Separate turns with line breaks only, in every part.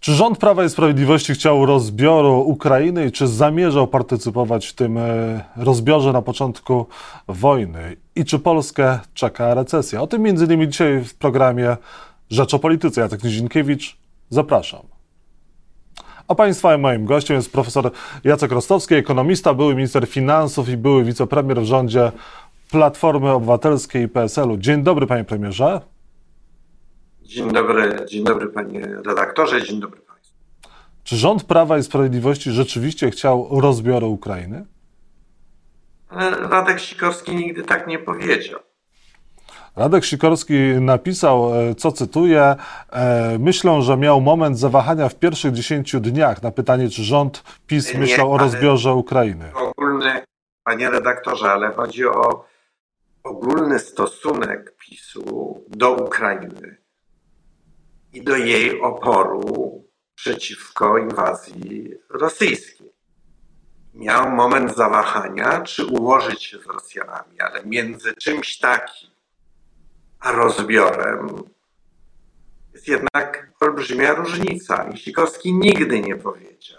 Czy rząd Prawa i Sprawiedliwości chciał rozbioru Ukrainy i czy zamierzał partycypować w tym rozbiorze na początku wojny? I czy Polskę czeka recesja? O tym m.in. dzisiaj w programie Rzecz o Polityce. Jacek Nizinkiewicz, zapraszam. A Państwa i moim gościem jest profesor Jacek Rostowski, ekonomista, były minister finansów i były wicepremier w rządzie Platformy Obywatelskiej i PSL-u. Dzień dobry, panie premierze.
Dzień dobry panie redaktorze, dzień dobry państwu.
Czy rząd Prawa i Sprawiedliwości rzeczywiście chciał rozbioru Ukrainy?
Ale Radek Sikorski nigdy tak nie powiedział.
Radek Sikorski napisał, co cytuję, myślę, że miał moment zawahania w pierwszych 10 dniach na pytanie, czy rząd PiS myślał o rozbiorze Ukrainy.
Panie redaktorze, ale chodzi o ogólny stosunek PiS-u do Ukrainy i do jej oporu przeciwko inwazji rosyjskiej. Miał moment zawahania, czy ułożyć się z Rosjanami, ale między czymś takim a rozbiorem jest jednak olbrzymia różnica. I Sikorski nigdy nie powiedział,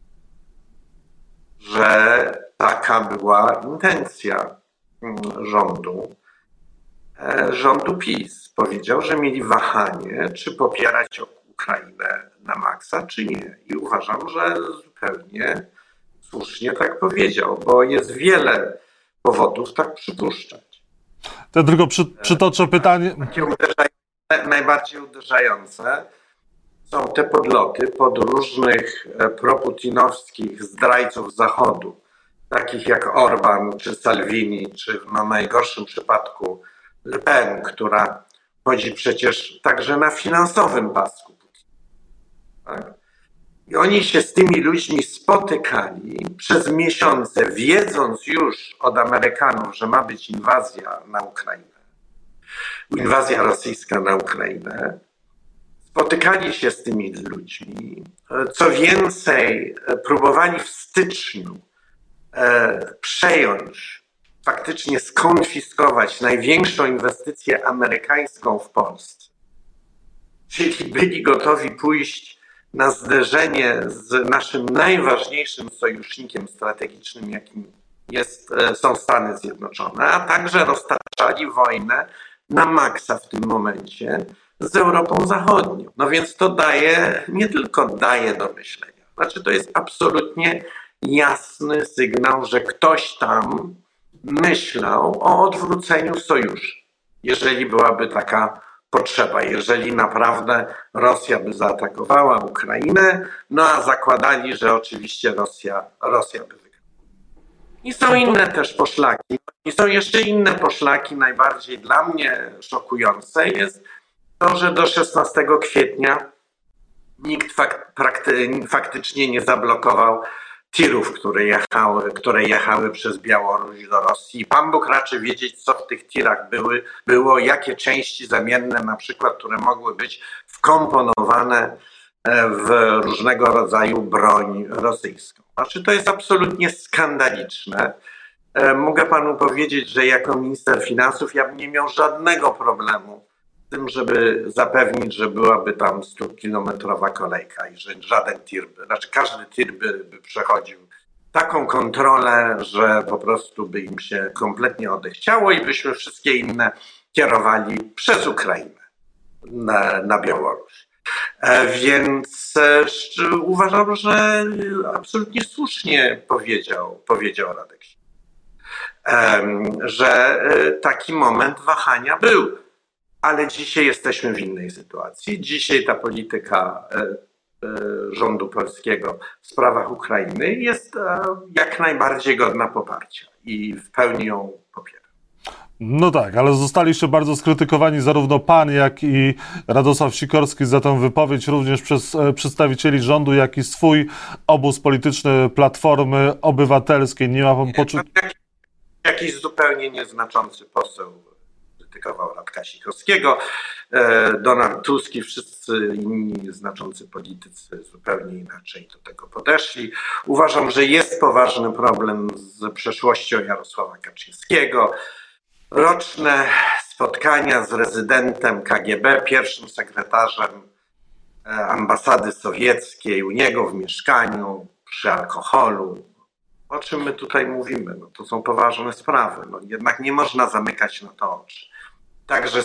że taka była intencja rządu PiS. Powiedział, że mieli wahanie, czy popierać Ukrainę na maksa, czy nie. I uważam, że zupełnie słusznie tak powiedział, bo jest wiele powodów tak przypuszczać.
To tylko przytoczę pytanie.
Najbardziej uderzające są te podloty pod różnych proputinowskich zdrajców Zachodu, takich jak Orban, czy Salvini, czy w najgorszym przypadku Le Pen, która chodzi przecież także na finansowym pasku Putina. Tak? I oni się z tymi ludźmi spotykali przez miesiące, wiedząc już od Amerykanów, że ma być inwazja na Ukrainę, inwazja rosyjska na Ukrainę. Spotykali się z tymi ludźmi. Co więcej, próbowali w styczniu przejąć, faktycznie skonfiskować największą inwestycję amerykańską w Polsce. Czyli byli gotowi pójść na zderzenie z naszym najważniejszym sojusznikiem strategicznym, jakim są Stany Zjednoczone, a także roztaczali wojnę na maksa w tym momencie z Europą Zachodnią. No więc to nie tylko daje do myślenia. Znaczy to jest absolutnie jasny sygnał, że ktoś tam myślał o odwróceniu sojuszu, jeżeli byłaby taka potrzeba, jeżeli naprawdę Rosja by zaatakowała Ukrainę, no a zakładali, że oczywiście Rosja by wygrała. I są inne też poszlaki. I są jeszcze inne poszlaki. Najbardziej dla mnie szokujące jest to, że do 16 kwietnia nikt faktycznie nie zablokował tirów, które jechały przez Białoruś do Rosji. Pan Bóg raczy wiedzieć, co w tych tirach było, jakie części zamienne na przykład, które mogły być wkomponowane w różnego rodzaju broń rosyjską. Znaczy to jest absolutnie skandaliczne. Mogę panu powiedzieć, że jako minister finansów ja bym nie miał żadnego problemu z tym, żeby zapewnić, że byłaby tam 100-kilometrowa kolejka i że żaden tir, każdy tir by przechodził taką kontrolę, że po prostu by im się kompletnie odechciało i byśmy wszystkie inne kierowali przez Ukrainę na Białoruś. Więc uważam, że absolutnie słusznie powiedział Radek, że taki moment wahania był. Ale dzisiaj jesteśmy w innej sytuacji. Dzisiaj ta polityka rządu polskiego w sprawach Ukrainy jest jak najbardziej godna poparcia i w pełni ją popieram.
No tak, ale zostaliście bardzo skrytykowani zarówno pan, jak i Radosław Sikorski za tę wypowiedź, również przez przedstawicieli rządu, jak i swój obóz polityczny Platformy Obywatelskiej. Nie ma pan poczucia...
Jakiś zupełnie nieznaczący poseł krytykował Radka Sikorskiego, Donald Tusk i wszyscy inni znaczący politycy zupełnie inaczej do tego podeszli. Uważam, że jest poważny problem z przeszłością Jarosława Kaczyńskiego. Roczne spotkania z rezydentem KGB, pierwszym sekretarzem ambasady sowieckiej, u niego w mieszkaniu, przy alkoholu. O czym my tutaj mówimy? No, to są poważne sprawy. No, jednak nie można zamykać na to oczy. Także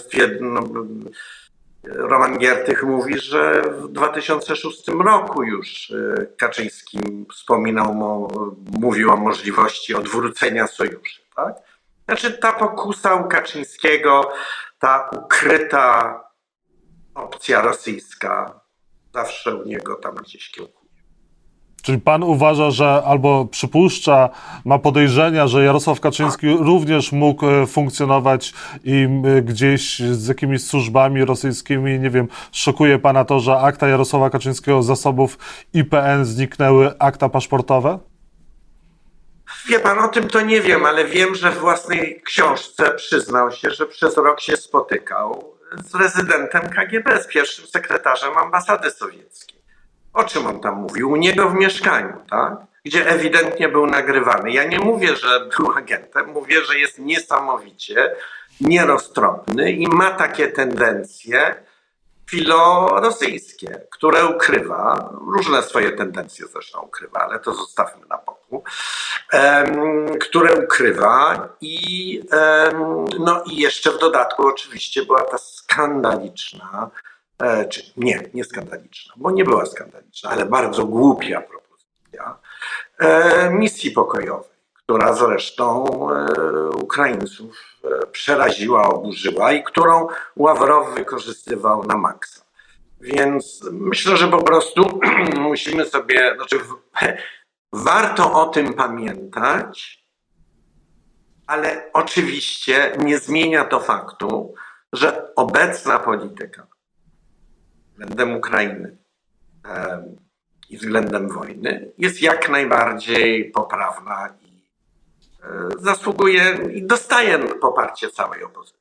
Roman Giertych mówi, że w 2006 roku już Kaczyński mówił o możliwości odwrócenia sojuszu. Tak? Znaczy ta pokusa u Kaczyńskiego, ta ukryta opcja rosyjska zawsze u niego tam gdzieś kiełkuje.
Czyli pan uważa, że albo przypuszcza, ma podejrzenia, że Jarosław Kaczyński również mógł funkcjonować i gdzieś z jakimiś służbami rosyjskimi, nie wiem, szokuje pana to, że akta Jarosława Kaczyńskiego z zasobów IPN zniknęły, akta paszportowe?
Wie pan, o tym to nie wiem, ale wiem, że w własnej książce przyznał się, że przez rok się spotykał z rezydentem KGB, z pierwszym sekretarzem ambasady sowieckiej. O czym on tam mówił? U niego w mieszkaniu, tak? Gdzie ewidentnie był nagrywany. Ja nie mówię, że był agentem, mówię, że jest niesamowicie nieroztropny i ma takie tendencje filorosyjskie, które ukrywa, różne swoje tendencje zresztą ukrywa, ale to zostawmy na boku, które ukrywa i jeszcze w dodatku oczywiście była ta skandaliczna, nie skandaliczna, bo nie była skandaliczna, ale bardzo głupia propozycja misji pokojowej, która zresztą Ukraińców przeraziła, oburzyła i którą Ławrow wykorzystywał na maksa. Więc myślę, że po prostu musimy sobie, warto o tym pamiętać, ale oczywiście nie zmienia to faktu, że obecna polityka względem Ukrainy i względem wojny jest jak najbardziej poprawna i zasługuje i dostaje poparcie całej opozycji.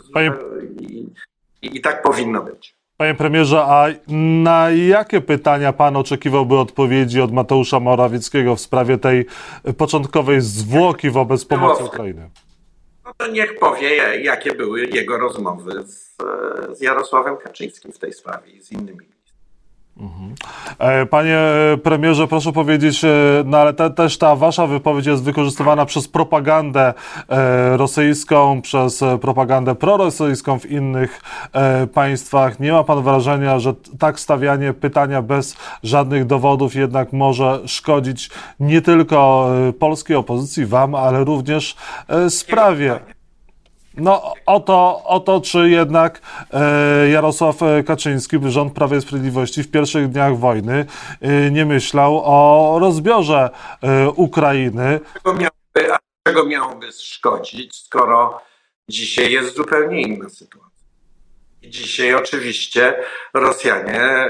I tak powinno być.
Panie premierze, a na jakie pytania pan oczekiwałby odpowiedzi od Mateusza Morawieckiego w sprawie tej początkowej zwłoki wobec pomocy Ukrainy?
No to niech powie, jakie były jego rozmowy z Jarosławem Kaczyńskim w tej sprawie i z innymi.
Panie premierze, proszę powiedzieć, no ale też ta wasza wypowiedź jest wykorzystywana przez propagandę rosyjską, przez propagandę prorosyjską w innych państwach. Nie ma pan wrażenia, że tak stawianie pytania bez żadnych dowodów jednak może szkodzić nie tylko polskiej opozycji, wam, ale również sprawie? No o to, czy jednak Jarosław Kaczyński, rząd Prawa i Sprawiedliwości w pierwszych dniach wojny nie myślał o rozbiorze Ukrainy.
Czego miałoby szkodzić, skoro dzisiaj jest zupełnie inna sytuacja. I dzisiaj oczywiście Rosjanie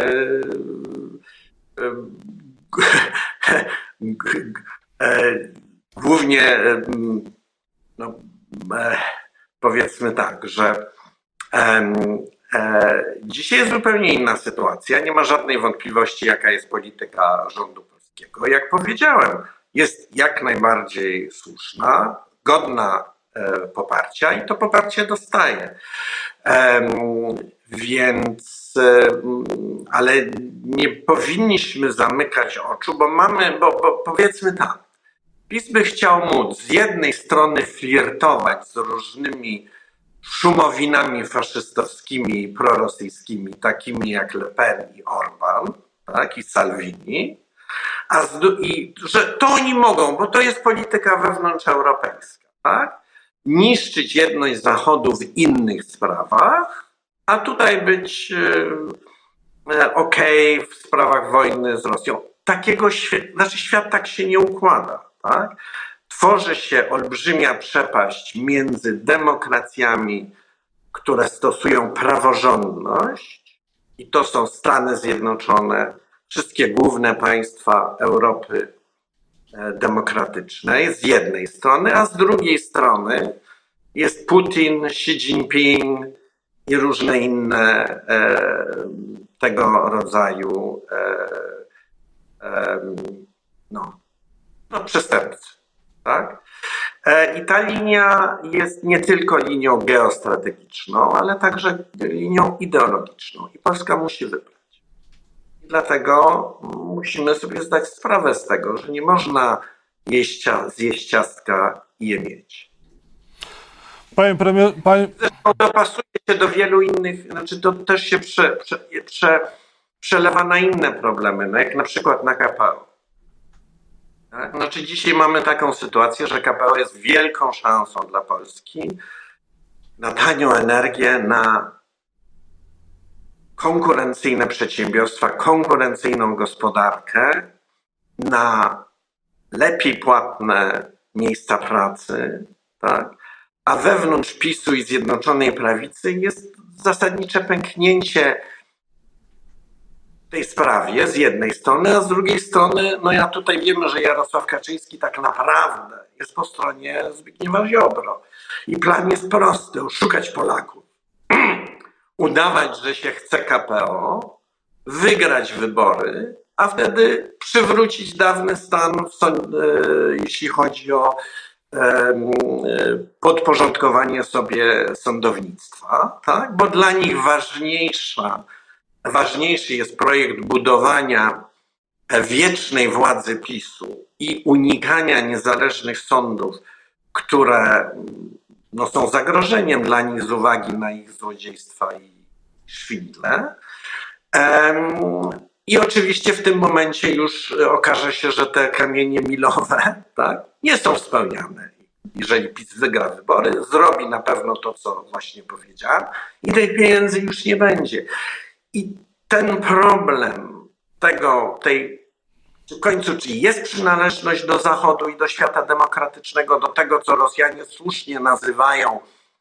głównie powiedzmy tak, że dzisiaj jest zupełnie inna sytuacja. Nie ma żadnej wątpliwości, jaka jest polityka rządu polskiego. Jak powiedziałem, jest jak najbardziej słuszna, godna poparcia i to poparcie dostaje. Więc, ale nie powinniśmy zamykać oczu, bo powiedzmy tak, PiS by chciał móc z jednej strony flirtować z różnymi szumowinami faszystowskimi i prorosyjskimi, takimi jak Le Pen i Orban, tak, i Salvini, że to oni mogą, bo to jest polityka wewnątrzeuropejska, tak? Niszczyć jedność Zachodu w innych sprawach, a tutaj być okej w sprawach wojny z Rosją. Świat tak się nie układa. Tak? Tworzy się olbrzymia przepaść między demokracjami, które stosują praworządność, i to są Stany Zjednoczone, wszystkie główne państwa Europy demokratycznej z jednej strony, a z drugiej strony jest Putin, Xi Jinping i różne inne tego rodzaju przestępcy. Tak? I ta linia jest nie tylko linią geostrategiczną, ale także linią ideologiczną. I Polska musi wybrać. Dlatego musimy sobie zdać sprawę z tego, że nie można zjeść ciastka i je mieć.
Panie premier,
Zresztą dopasuje się do wielu innych, znaczy to też się przelewa na inne problemy, no jak na przykład na KPO. Tak? Znaczy dzisiaj mamy taką sytuację, że KPO jest wielką szansą dla Polski na tanią energię, na konkurencyjne przedsiębiorstwa, konkurencyjną gospodarkę, na lepiej płatne miejsca pracy, tak? A wewnątrz PiS-u i Zjednoczonej Prawicy jest zasadnicze pęknięcie w tej sprawie z jednej strony, a z drugiej strony, no ja tutaj wiemy, że Jarosław Kaczyński tak naprawdę jest po stronie Zbigniewa Ziobro. I plan jest prosty, oszukać Polaków, udawać, że się chce KPO, wygrać wybory, a wtedy przywrócić dawny stan, jeśli chodzi o podporządkowanie sobie sądownictwa, tak? Bo dla nich ważniejszy jest projekt budowania wiecznej władzy PiS-u i unikania niezależnych sądów, które no, są zagrożeniem dla nich z uwagi na ich złodziejstwa i szwindle. I oczywiście w tym momencie już okaże się, że te kamienie milowe, tak, nie są spełniane. Jeżeli PiS wygra wybory, zrobi na pewno to, co właśnie powiedziałem i tych pieniędzy już nie będzie. I ten problem w końcu, czy jest przynależność do Zachodu i do świata demokratycznego, do tego, co Rosjanie słusznie nazywają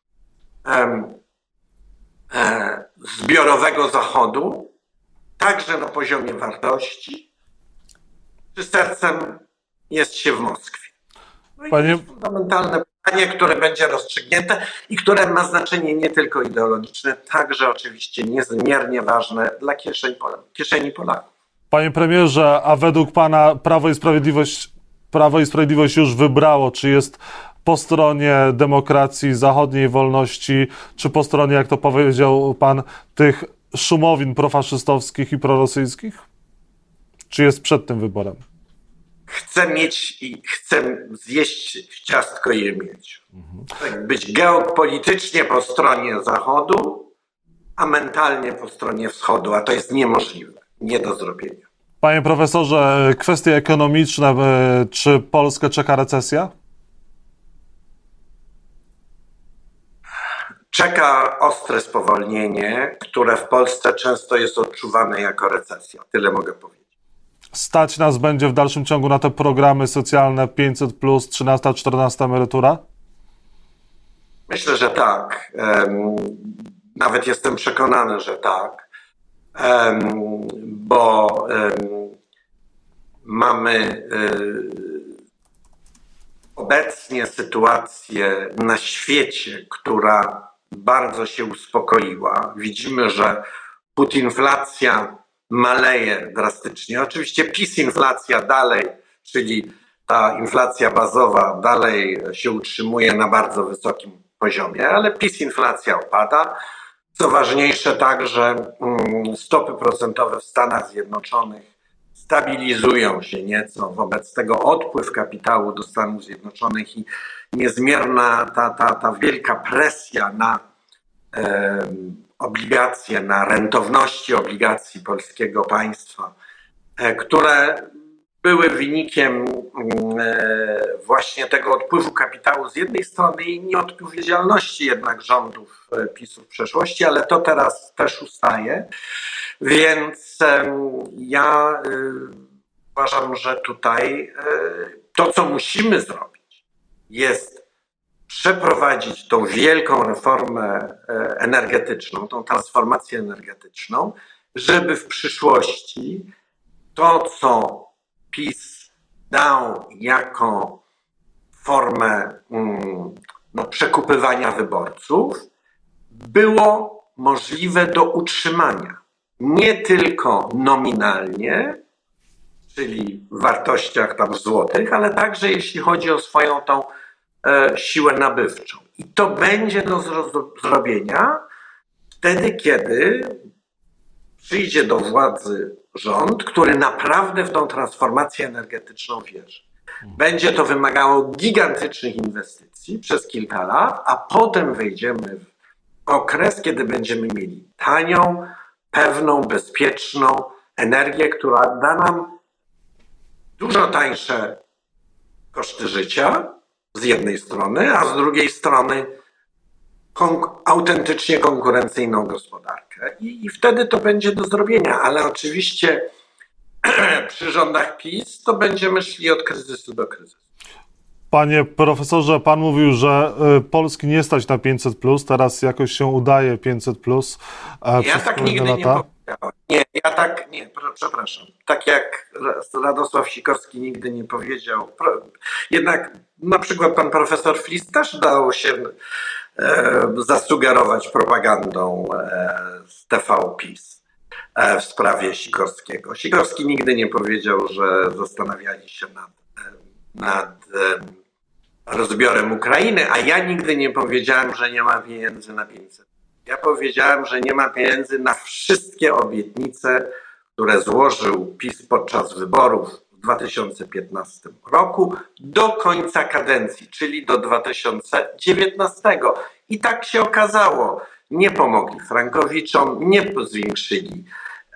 zbiorowego Zachodu, także na poziomie wartości, czy sercem jest się w Moskwie? No i to jest fundamentalne pytanie, które będzie rozstrzygnięte i które ma znaczenie nie tylko ideologiczne, także oczywiście niezmiernie ważne dla kieszeni Polaków.
Panie premierze, a według pana Prawo i Sprawiedliwość już wybrało, czy jest po stronie demokracji, zachodniej wolności, czy po stronie, jak to powiedział pan, tych szumowin profaszystowskich i prorosyjskich? Czy jest przed tym wyborem?
Chcę zjeść ciastko i je mieć. Tak, być geopolitycznie po stronie Zachodu, a mentalnie po stronie Wschodu, a to jest niemożliwe, nie do zrobienia.
Panie profesorze, kwestie ekonomiczne, czy Polskę czeka recesja?
Czeka ostre spowolnienie, które w Polsce często jest odczuwane jako recesja. Tyle mogę powiedzieć.
Stać nas będzie w dalszym ciągu na te programy socjalne 500+, 13, 14 emerytura?
Myślę, że tak. Nawet jestem przekonany, że tak. Bo mamy obecnie sytuację na świecie, która bardzo się uspokoiła. Widzimy, że putinflacja maleje drastycznie. Oczywiście PiS-inflacja dalej, czyli ta inflacja bazowa dalej się utrzymuje na bardzo wysokim poziomie, ale PiS-inflacja opada. Co ważniejsze także stopy procentowe w Stanach Zjednoczonych stabilizują się nieco, wobec tego odpływ kapitału do Stanów Zjednoczonych i niezmierna ta wielka presja na obligacje, na rentowności obligacji polskiego państwa, które były wynikiem właśnie tego odpływu kapitału z jednej strony i nieodpowiedzialności jednak rządów PiS-u w przeszłości, ale to teraz też ustaje. Więc ja uważam, że tutaj to, co musimy zrobić, jest przeprowadzić tą wielką reformę energetyczną, tą transformację energetyczną, żeby w przyszłości to, co PiS dał jako formę przekupywania wyborców, było możliwe do utrzymania. Nie tylko nominalnie, czyli w wartościach tam złotych, ale także jeśli chodzi o swoją tą siłę nabywczą. I to będzie do zrobienia wtedy, kiedy przyjdzie do władzy rząd, który naprawdę w tą transformację energetyczną wierzy. Będzie to wymagało gigantycznych inwestycji przez kilka lat, a potem wejdziemy w okres, kiedy będziemy mieli tanią, pewną, bezpieczną energię, która da nam dużo tańsze koszty życia z jednej strony, a z drugiej strony autentycznie konkurencyjną gospodarkę. I wtedy to będzie do zrobienia, ale oczywiście przy rządach PiS to będziemy szli od kryzysu do kryzysu.
Panie profesorze, pan mówił, że Polski nie stać na 500+, teraz jakoś się udaje 500+.
Ja tak nigdy nie powiedziałem. Nie, przepraszam. Tak jak Radosław Sikorski nigdy nie powiedział. Jednak na przykład pan profesor Flis też dał się zasugerować propagandą z TV PiS w sprawie Sikorskiego. Sikorski nigdy nie powiedział, że zastanawiali się nad rozbiorem Ukrainy, a ja nigdy nie powiedziałem, że nie ma pieniędzy na 500. Ja powiedziałem, że nie ma pieniędzy na wszystkie obietnice, które złożył PiS podczas wyborów w 2015 roku do końca kadencji, czyli do 2019. I tak się okazało. Nie pomogli frankowiczom, nie zwiększyli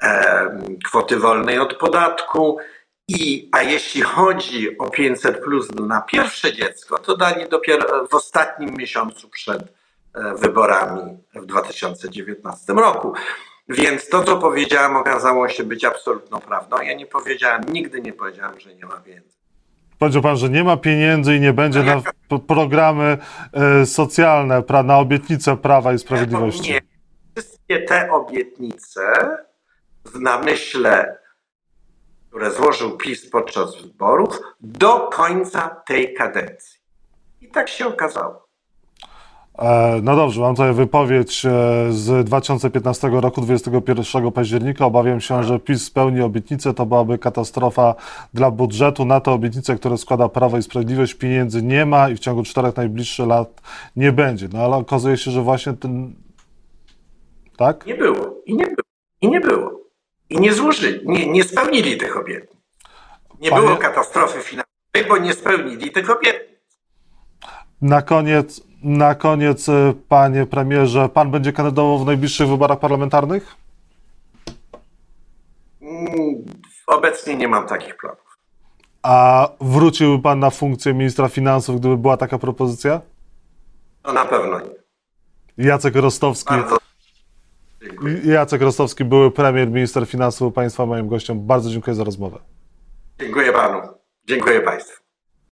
kwoty wolnej od podatku. A jeśli chodzi o 500+ na pierwsze dziecko, to dali dopiero w ostatnim miesiącu przed wyborami w 2019 roku. Więc to, co powiedziałem, okazało się być absolutną prawdą. Ja nigdy nie powiedziałem, że nie ma pieniędzy.
Powiedział pan, że nie ma pieniędzy i nie będzie na programy socjalne, na obietnice Prawa i Sprawiedliwości.
Nie. Wszystkie te obietnice w namyśle, które złożył PiS podczas wyborów, do końca tej kadencji. I tak się okazało.
No dobrze, mam tutaj wypowiedź z 2015 roku, 21 października. Obawiam się, że PiS spełni obietnicę, to byłaby katastrofa dla budżetu. Na te obietnice, które składa Prawo i Sprawiedliwość, pieniędzy nie ma i w ciągu 4 najbliższych lat nie będzie. No ale okazuje się, że właśnie ten... Tak?
Nie było. I nie złożyli, nie spełnili tych obietnic. Nie było katastrofy finansowej, bo nie spełnili tych obietnic.
Na koniec, panie premierze, pan będzie kandydował w najbliższych wyborach parlamentarnych?
Obecnie nie mam takich planów.
A wróciłby pan na funkcję ministra finansów, gdyby była taka propozycja?
No na pewno nie.
Jacek Rostowski.
Bardzo dziękuję.
Jacek Rostowski, były premier, minister finansów państwa, moim gościem. Bardzo dziękuję za rozmowę.
Dziękuję panu. Dziękuję państwu.